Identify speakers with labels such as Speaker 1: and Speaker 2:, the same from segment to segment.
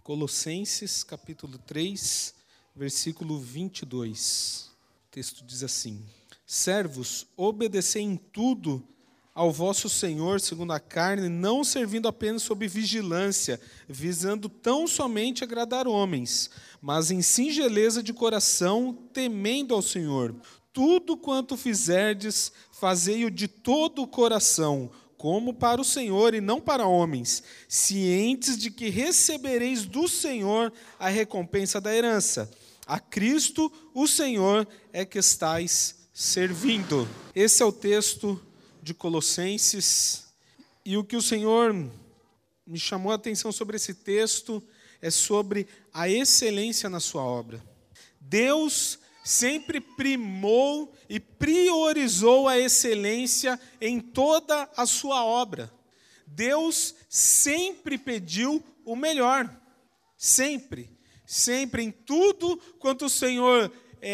Speaker 1: Colossenses, capítulo 3, versículo 22. O texto diz assim: Servos, obedecei em tudo ao vosso Senhor segundo a carne, não servindo apenas sob vigilância, visando tão somente agradar homens, mas em singeleza de coração, temendo ao Senhor. Tudo quanto fizerdes, fazei-o de todo o coração, como para o Senhor e não para homens, cientes de que recebereis do Senhor a recompensa da herança. A Cristo, o Senhor, é que estais servindo. Esse é o texto de Colossenses, e o que o Senhor me chamou a atenção sobre esse texto é sobre a excelência na sua obra. Deus sempre primou e priorizou a excelência em toda a sua obra. Deus sempre pediu o melhor, sempre em tudo quanto o Senhor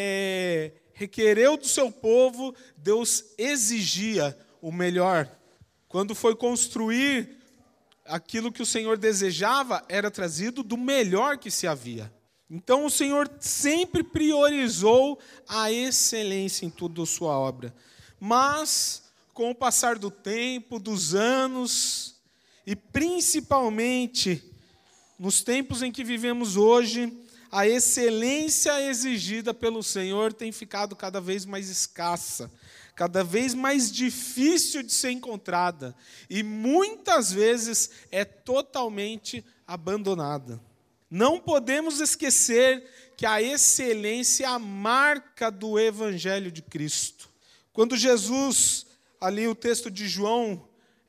Speaker 1: requereu do seu povo, Deus exigia o melhor. Quando foi construir aquilo que o Senhor desejava, era trazido do melhor que se havia. Então o Senhor sempre priorizou a excelência em toda a sua obra. Mas, com o passar do tempo, dos anos, e principalmente nos tempos em que vivemos hoje, a excelência exigida pelo Senhor tem ficado cada vez mais escassa, cada vez mais difícil de ser encontrada e muitas vezes é totalmente abandonada. Não podemos esquecer que a excelência é a marca do Evangelho de Cristo. Quando Jesus, ali o texto de João,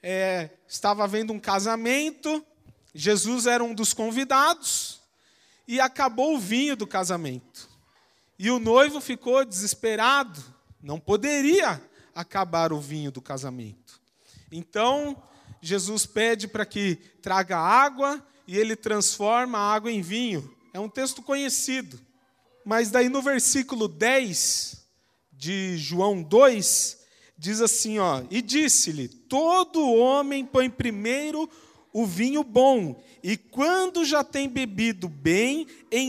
Speaker 1: estava havendo um casamento, Jesus era um dos convidados e acabou o vinho do casamento. E o noivo ficou desesperado, não poderia acabar o vinho do casamento. Então, Jesus pede para que traga água e ele transforma a água em vinho. É um texto conhecido. Mas daí no versículo 10 de João 2, diz assim, e disse-lhe, todo homem põe primeiro o vinho bom, e quando já tem bebido bem,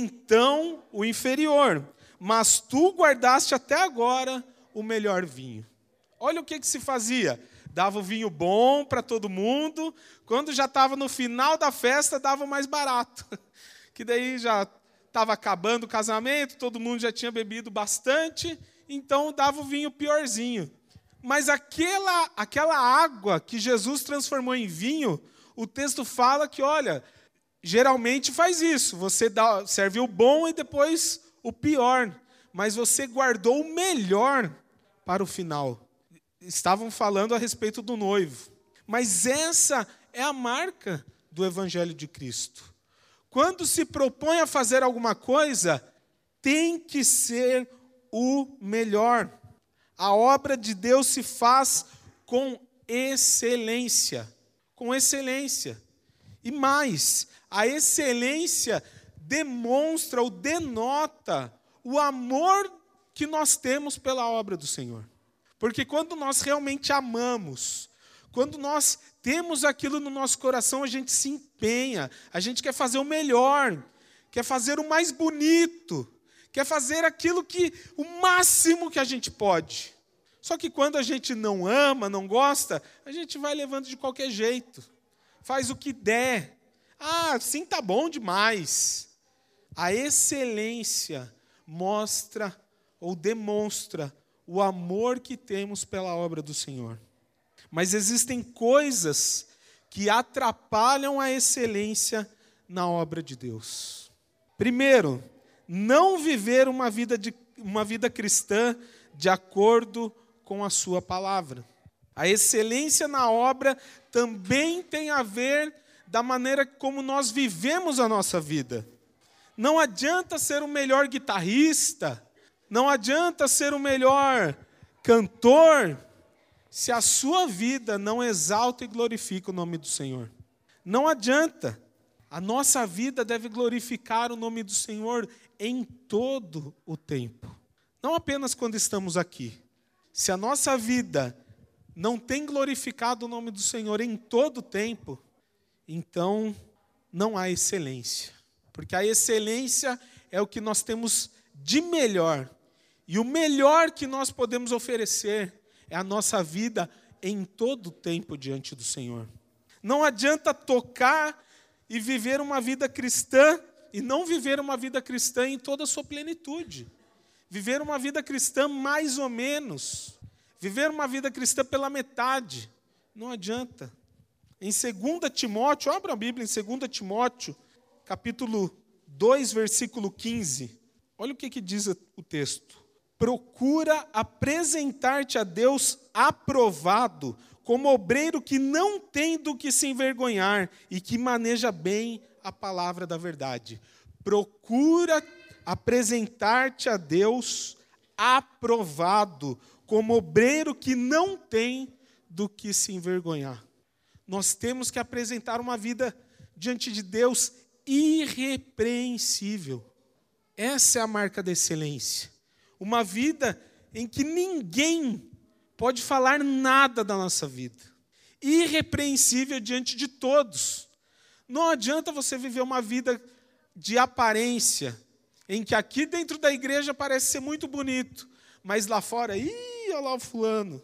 Speaker 1: então o inferior. Mas tu guardaste até agora o melhor vinho. Olha o que se fazia. Dava o vinho bom para todo mundo. Quando já estava no final da festa, dava o mais barato. Que daí já estava acabando o casamento, todo mundo já tinha bebido bastante, então dava o vinho piorzinho. Mas aquela água que Jesus transformou em vinho, o texto fala que, olha, geralmente faz isso. Você serve o bom e depois o pior. Mas você guardou o melhor para o final. Estavam falando a respeito do noivo. Mas essa é a marca do Evangelho de Cristo. Quando se propõe a fazer alguma coisa, tem que ser o melhor. A obra de Deus se faz com excelência. Com excelência. E mais, a excelência demonstra ou denota o amor que nós temos pela obra do Senhor. Porque quando nós realmente amamos, quando nós temos aquilo no nosso coração, a gente se empenha, a gente quer fazer o melhor, quer fazer o mais bonito, quer fazer aquilo o máximo que a gente pode. Só que quando a gente não ama, não gosta, a gente vai levando de qualquer jeito, faz o que der. Sim, tá bom demais. A excelência mostra ou demonstra o amor que temos pela obra do Senhor. Mas existem coisas que atrapalham a excelência na obra de Deus. Primeiro, não viver uma vida cristã de acordo com a sua palavra. A excelência na obra também tem a ver da maneira como nós vivemos a nossa vida. Não adianta ser o melhor guitarrista, não adianta ser o melhor cantor, se a sua vida não exalta e glorifica o nome do Senhor. Não adianta. A nossa vida deve glorificar o nome do Senhor em todo o tempo. Não apenas quando estamos aqui. Se a nossa vida não tem glorificado o nome do Senhor em todo o tempo, então não há excelência. Porque a excelência é o que nós temos de melhor. E o melhor que nós podemos oferecer é a nossa vida em todo o tempo diante do Senhor. Não adianta tocar e viver uma vida cristã e não viver uma vida cristã em toda a sua plenitude. Viver uma vida cristã mais ou menos. Viver uma vida cristã pela metade. Não adianta. Em 2 Timóteo, abra a Bíblia em 2 Timóteo, capítulo 2, versículo 15. Olha o que diz o texto. Procura apresentar-te a Deus aprovado, como obreiro que não tem do que se envergonhar e que maneja bem a palavra da verdade. Procura apresentar-te a Deus aprovado, como obreiro que não tem do que se envergonhar. Nós temos que apresentar uma vida diante de Deus irrepreensível. Essa é a marca da excelência. Uma vida em que ninguém pode falar nada da nossa vida. Irrepreensível diante de todos. Não adianta você viver uma vida de aparência, em que aqui dentro da igreja parece ser muito bonito, mas lá fora, olha lá o fulano.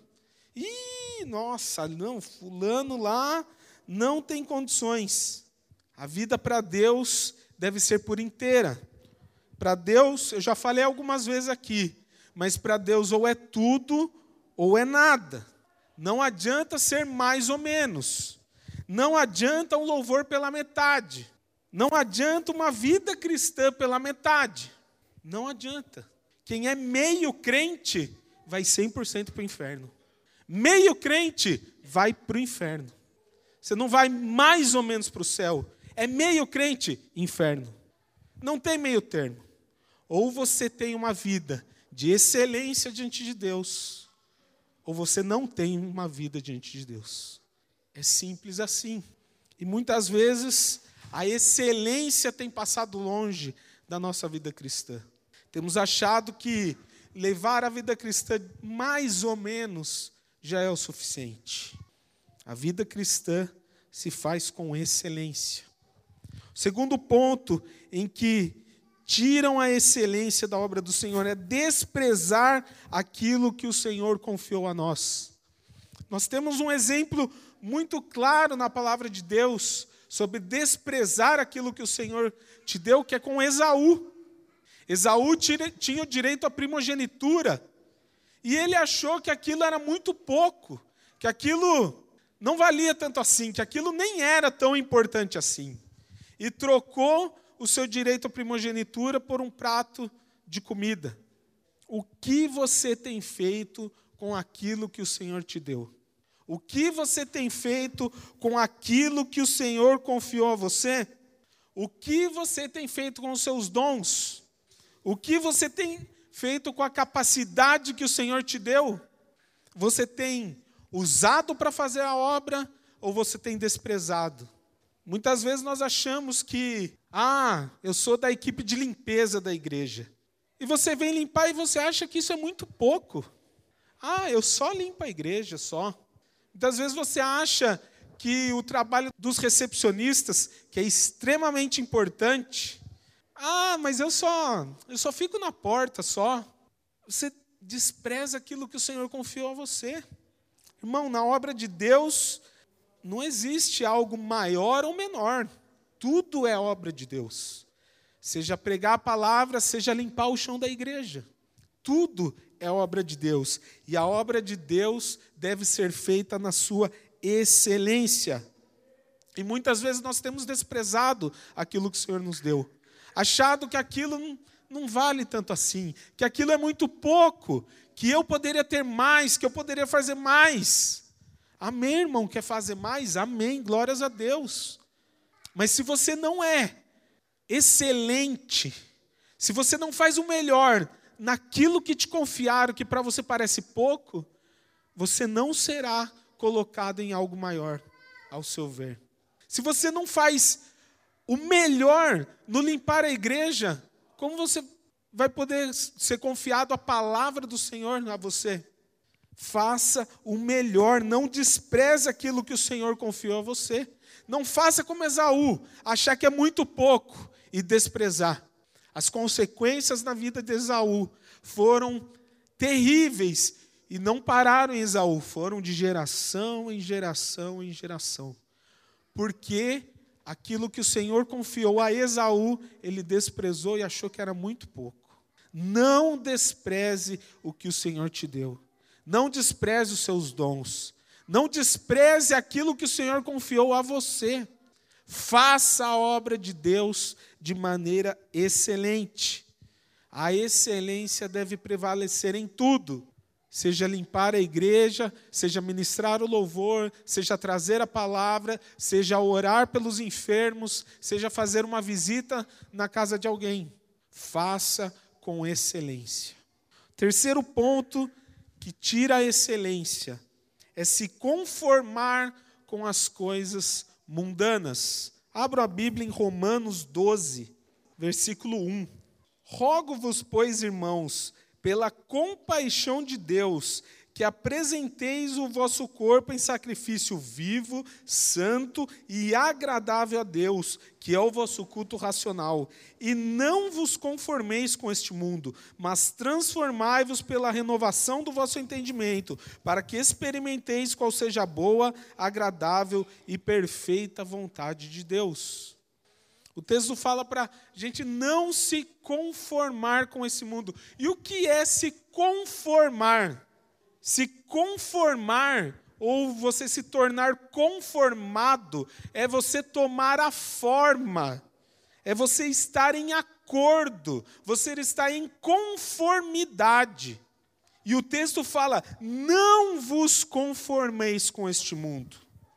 Speaker 1: Nossa, não, fulano lá não tem condições. A vida para Deus deve ser por inteira. Para Deus, eu já falei algumas vezes aqui, mas para Deus ou é tudo ou é nada. Não adianta ser mais ou menos. Não adianta um louvor pela metade. Não adianta uma vida cristã pela metade. Não adianta. Quem é meio crente vai 100% para o inferno. Meio crente vai para o inferno. Você não vai mais ou menos para o céu. É meio crente, inferno. Não tem meio termo. Ou você tem uma vida de excelência diante de Deus, ou você não tem uma vida diante de Deus. É simples assim. E muitas vezes a excelência tem passado longe da nossa vida cristã. Temos achado que levar a vida cristã mais ou menos já é o suficiente. A vida cristã se faz com excelência. O segundo ponto em que tiram a excelência da obra do Senhor é desprezar aquilo que o Senhor confiou a nós. Nós temos um exemplo muito claro na palavra de Deus sobre desprezar aquilo que o Senhor te deu, que é com Esaú. Esaú tinha o direito à primogenitura, e ele achou que aquilo era muito pouco, que aquilo não valia tanto assim, que aquilo nem era tão importante assim. E trocou o seu direito à primogenitura por um prato de comida. O que você tem feito com aquilo que o Senhor te deu? O que você tem feito com aquilo que o Senhor confiou a você? O que você tem feito com os seus dons? O que você tem feito com a capacidade que o Senhor te deu? Você tem usado para fazer a obra ou você tem desprezado? Muitas vezes nós achamos que, eu sou da equipe de limpeza da igreja. E você vem limpar e você acha que isso é muito pouco. Eu só limpo a igreja, só. Muitas vezes você acha que o trabalho dos recepcionistas, que é extremamente importante, mas eu só fico na porta, só. Você despreza aquilo que o Senhor confiou a você. Irmão, na obra de Deus não existe algo maior ou menor. Tudo é obra de Deus. Seja pregar a palavra, seja limpar o chão da igreja. Tudo é obra de Deus. E a obra de Deus deve ser feita na sua excelência. E muitas vezes nós temos desprezado aquilo que o Senhor nos deu. Achado que aquilo não vale tanto assim. Que aquilo é muito pouco. Que eu poderia ter mais, que eu poderia fazer mais. Amém, irmão? Quer fazer mais? Amém, glórias a Deus. Mas se você não é excelente, se você não faz o melhor naquilo que te confiaram, que para você parece pouco, você não será colocado em algo maior, ao seu ver. Se você não faz o melhor no limpar a igreja, como você vai poder ser confiado a palavra do Senhor a você? Faça o melhor, não despreze aquilo que o Senhor confiou a você. Não faça como Esaú, achar que é muito pouco e desprezar. As consequências na vida de Esaú foram terríveis e não pararam em Esaú, foram de geração em geração em geração. Porque aquilo que o Senhor confiou a Esaú, ele desprezou e achou que era muito pouco. Não despreze o que o Senhor te deu. Não despreze os seus dons. Não despreze aquilo que o Senhor confiou a você. Faça a obra de Deus de maneira excelente. A excelência deve prevalecer em tudo. Seja limpar a igreja, seja ministrar o louvor, seja trazer a palavra, seja orar pelos enfermos, seja fazer uma visita na casa de alguém. Faça com excelência. Terceiro ponto que tira a excelência é se conformar com as coisas mundanas. Abra a Bíblia em Romanos 12, versículo 1. Rogo-vos, pois, irmãos, pela compaixão de Deus, que apresenteis o vosso corpo em sacrifício vivo, santo e agradável a Deus, que é o vosso culto racional. E não vos conformeis com este mundo, mas transformai-vos pela renovação do vosso entendimento, para que experimenteis qual seja a boa, agradável e perfeita vontade de Deus. O texto fala para a gente não se conformar com esse mundo. E o que é se conformar? Se conformar, ou você se tornar conformado, é você tomar a forma, é você estar em acordo, você está em conformidade. E o texto fala, não vos conformeis com este mundo.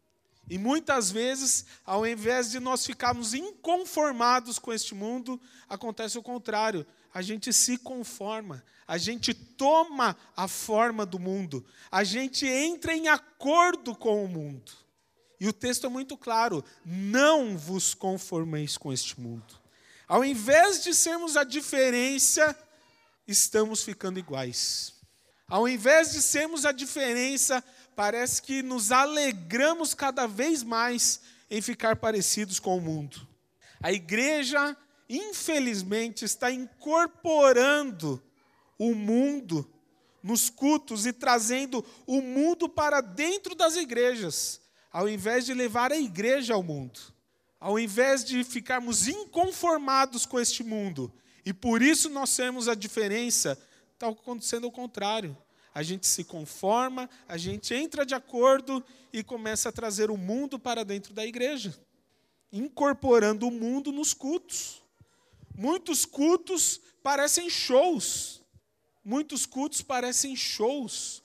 Speaker 1: E muitas vezes, ao invés de nós ficarmos inconformados com este mundo, acontece o contrário. A gente se conforma, a gente toma a forma do mundo, a gente entra em acordo com o mundo. E o texto é muito claro, não vos conformeis com este mundo. Ao invés de sermos a diferença, estamos ficando iguais. Ao invés de sermos a diferença, parece que nos alegramos cada vez mais em ficar parecidos com o mundo. A igreja, infelizmente, está incorporando o mundo nos cultos e trazendo o mundo para dentro das igrejas, ao invés de levar a igreja ao mundo. Ao invés de ficarmos inconformados com este mundo, e por isso nós sermos a diferença, está acontecendo o contrário. A gente se conforma, a gente entra de acordo e começa a trazer o mundo para dentro da igreja, incorporando o mundo nos cultos. Muitos cultos parecem shows. Muitos cultos parecem shows.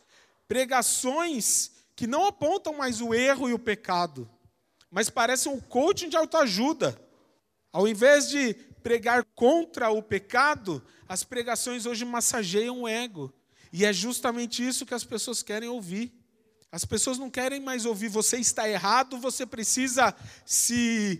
Speaker 1: Pregações que não apontam mais o erro e o pecado, mas parecem um coaching de autoajuda. Ao invés de pregar contra o pecado, as pregações hoje massageiam o ego. E é justamente isso que as pessoas querem ouvir. As pessoas não querem mais ouvir, você está errado, você precisa se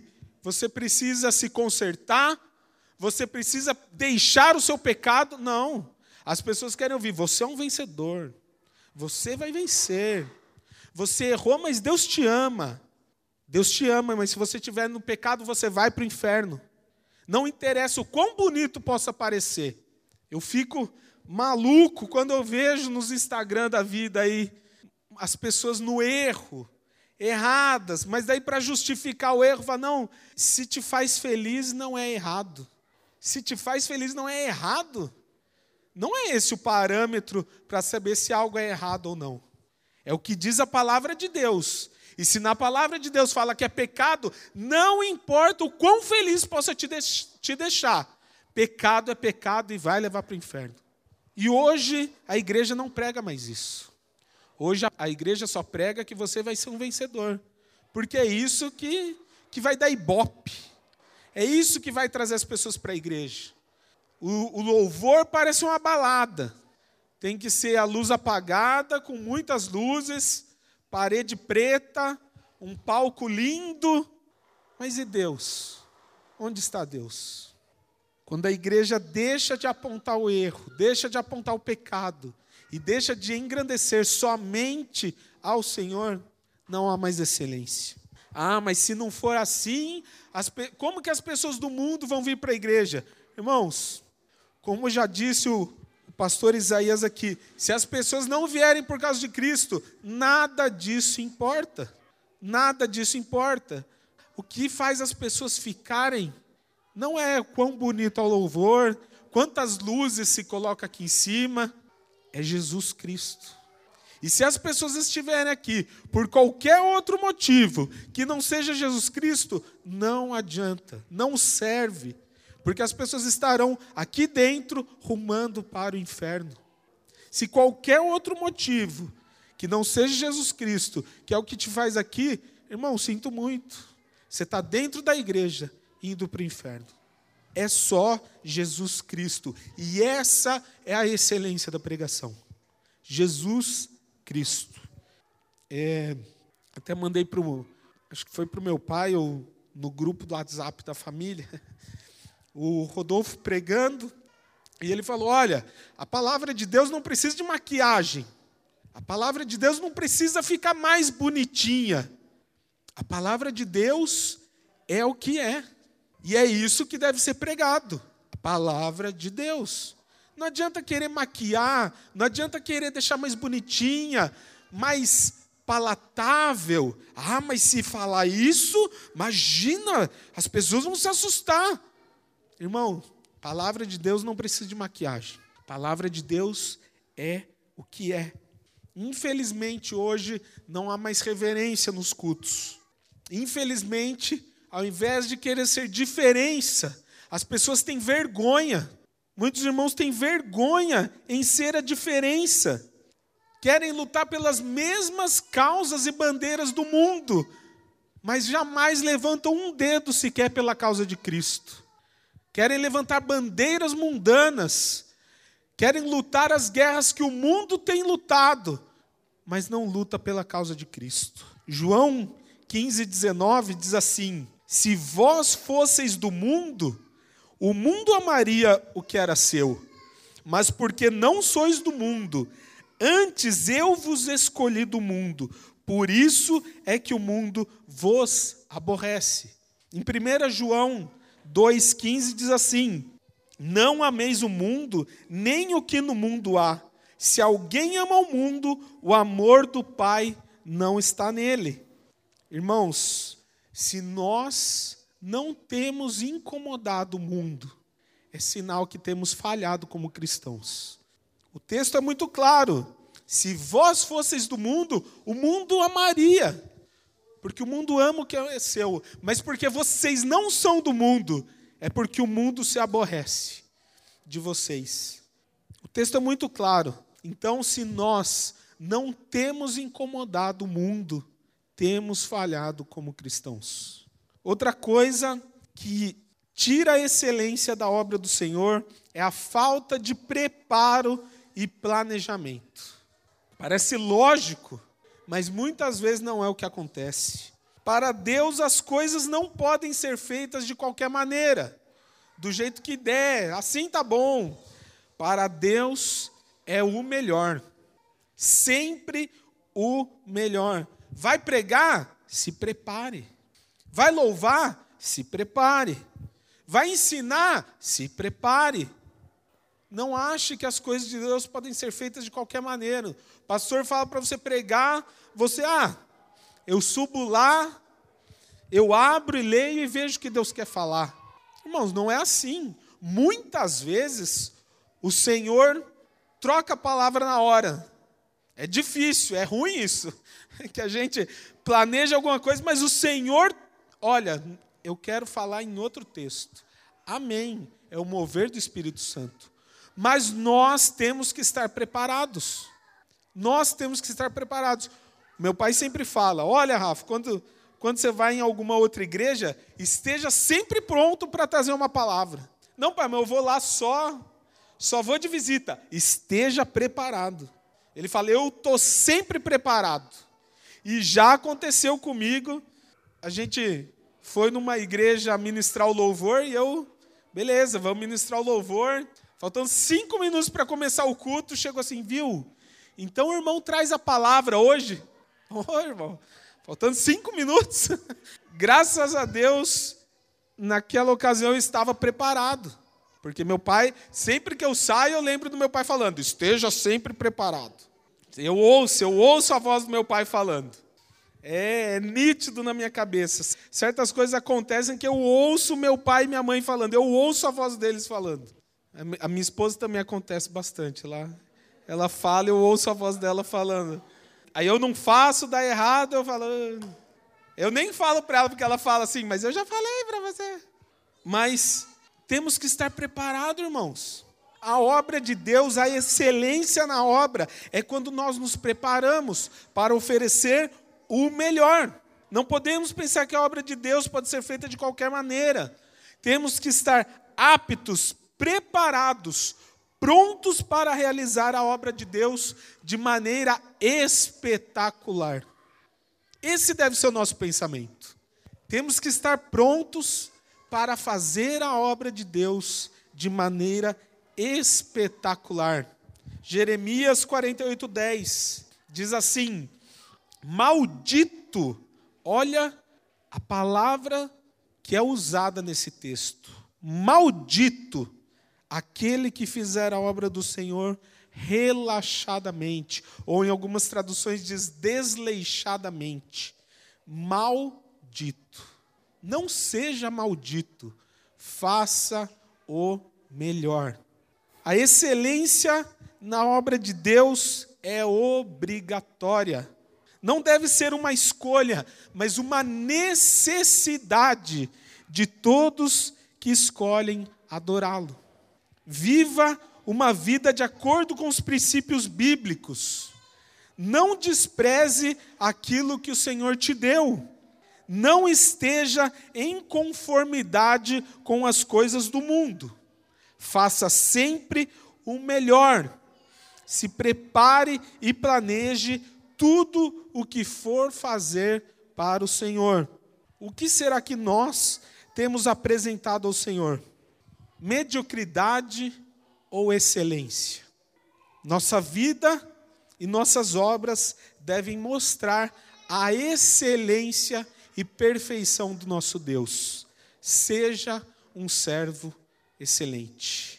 Speaker 1: consertar, você precisa deixar o seu pecado. Não. As pessoas querem ouvir, você é um vencedor. Você vai vencer. Você errou, mas Deus te ama. Deus te ama, mas se você estiver no pecado, você vai para o inferno. Não interessa o quão bonito possa parecer. Eu fico maluco quando eu vejo nos Instagram da vida aí as pessoas no erro, erradas, mas daí para justificar o erro, fala, não, se te faz feliz não é errado. Se te faz feliz não é errado. Não é esse o parâmetro para saber se algo é errado ou não. É o que diz a palavra de Deus. E se na palavra de Deus fala que é pecado, não importa o quão feliz possa te deixar. Pecado é pecado e vai levar para o inferno. E hoje a igreja não prega mais isso. Hoje a igreja só prega que você vai ser um vencedor. Porque é isso que vai dar ibope. É isso que vai trazer as pessoas para a igreja. O louvor parece uma balada. Tem que ser a luz apagada, com muitas luzes, parede preta, um palco lindo. Mas e Deus? Onde está Deus? Quando a igreja deixa de apontar o erro, deixa de apontar o pecado e deixa de engrandecer somente ao Senhor, não há mais excelência. Ah, mas se não for assim, como que as pessoas do mundo vão vir para a igreja? Irmãos, como já disse o pastor Isaías aqui, se as pessoas não vierem por causa de Cristo, nada disso importa. Nada disso importa. O que faz as pessoas ficarem não é quão bonito é o louvor, quantas luzes se coloca aqui em cima, é Jesus Cristo. E se as pessoas estiverem aqui por qualquer outro motivo que não seja Jesus Cristo, não adianta, não serve, porque as pessoas estarão aqui dentro rumando para o inferno. Se qualquer outro motivo que não seja Jesus Cristo, que é o que te faz aqui, irmão, sinto muito. Você está dentro da igreja indo para o inferno. É só Jesus Cristo. E essa é a excelência da pregação. Jesus Cristo. Até mandei acho que foi para o meu pai, ou no grupo do WhatsApp da família, o Rodolfo pregando, e ele falou, olha, a palavra de Deus não precisa de maquiagem. A palavra de Deus não precisa ficar mais bonitinha. A palavra de Deus é o que é. E é isso que deve ser pregado. A palavra de Deus. Não adianta querer maquiar, não adianta querer deixar mais bonitinha, mais palatável. Ah, mas se falar isso, imagina, as pessoas vão se assustar. Irmão, a palavra de Deus não precisa de maquiagem. A palavra de Deus é o que é. Infelizmente, hoje, não há mais reverência nos cultos. Infelizmente, ao invés de querer ser diferença, as pessoas têm vergonha. Muitos irmãos têm vergonha em ser a diferença. Querem lutar pelas mesmas causas e bandeiras do mundo, mas jamais levantam um dedo sequer pela causa de Cristo. Querem levantar bandeiras mundanas. Querem lutar as guerras que o mundo tem lutado, mas não luta pela causa de Cristo. João 15:19 diz assim: se vós fosseis do mundo, o mundo amaria o que era seu, mas porque não sois do mundo, antes eu vos escolhi do mundo, por isso é que o mundo vos aborrece. Em 1 João 2,15 diz assim: não ameis o mundo, nem o que no mundo há. Se alguém ama o mundo, o amor do Pai não está nele. Irmãos, se nós não temos incomodado o mundo, é sinal que temos falhado como cristãos. O texto é muito claro. Se vós fosseis do mundo, o mundo amaria. Porque o mundo ama o que é seu. Mas porque vocês não são do mundo, é porque o mundo se aborrece de vocês. O texto é muito claro. Então, se nós não temos incomodado o mundo, temos falhado como cristãos. Outra coisa que tira a excelência da obra do Senhor é a falta de preparo e planejamento. Parece lógico, mas muitas vezes não é o que acontece. Para Deus, as coisas não podem ser feitas de qualquer maneira, do jeito que der, assim tá bom. Para Deus é o melhor, sempre o melhor. Vai pregar? Se prepare. Vai louvar? Se prepare. Vai ensinar? Se prepare. Não ache que as coisas de Deus podem ser feitas de qualquer maneira. O pastor fala para você pregar, você, eu subo lá, eu abro e leio e vejo o que Deus quer falar. Irmãos, não é assim. Muitas vezes, o Senhor troca a palavra na hora. É difícil, é ruim isso. Que a gente planeja alguma coisa, mas o Senhor, olha, eu quero falar em outro texto. Amém. É o mover do Espírito Santo. Mas nós temos que estar preparados. Nós temos que estar preparados. Meu pai sempre fala, olha, Rafa, quando você vai em alguma outra igreja, esteja sempre pronto para trazer uma palavra. Não, pai, mas eu vou lá só vou de visita. Esteja preparado. Ele fala, eu estou sempre preparado. E já aconteceu comigo, a gente foi numa igreja ministrar o louvor e beleza, vamos ministrar o louvor. Faltando 5 minutos para começar o culto, chegou assim, viu? Então o irmão traz a palavra hoje. Ô, irmão, Faltando 5 minutos. Graças a Deus, naquela ocasião eu estava preparado. Porque meu pai, sempre que eu saio, eu lembro do meu pai falando, esteja sempre preparado. Eu ouço a voz do meu pai falando. É nítido na minha cabeça. Certas coisas acontecem que eu ouço meu pai e minha mãe falando. Eu ouço a voz deles falando. A minha esposa também acontece bastante lá. Ela fala, eu ouço a voz dela falando. Aí eu não faço, dá errado, eu falo... Eu nem falo para ela porque ela fala assim, mas eu já falei para você. Mas temos que estar preparados, irmãos. A obra de Deus, a excelência na obra, é quando nós nos preparamos para oferecer o melhor. Não podemos pensar que a obra de Deus pode ser feita de qualquer maneira. Temos que estar aptos, preparados, prontos para realizar a obra de Deus de maneira espetacular. Esse deve ser o nosso pensamento. Temos que estar prontos para fazer a obra de Deus de maneira espetacular. Jeremias 48:10 diz assim: maldito, olha a palavra que é usada nesse texto. Maldito aquele que fizer a obra do Senhor relaxadamente, ou em algumas traduções diz desleixadamente. Maldito. Não seja maldito, faça o melhor. A excelência na obra de Deus é obrigatória. Não deve ser uma escolha, mas uma necessidade de todos que escolhem adorá-lo. Viva uma vida de acordo com os princípios bíblicos. Não despreze aquilo que o Senhor te deu. Não esteja em conformidade com as coisas do mundo. Faça sempre o melhor. Se prepare e planeje tudo o que for fazer para o Senhor. O que será que nós temos apresentado ao Senhor? Mediocridade ou excelência? Nossa vida e nossas obras devem mostrar a excelência e perfeição do nosso Deus. Seja um servo excelente.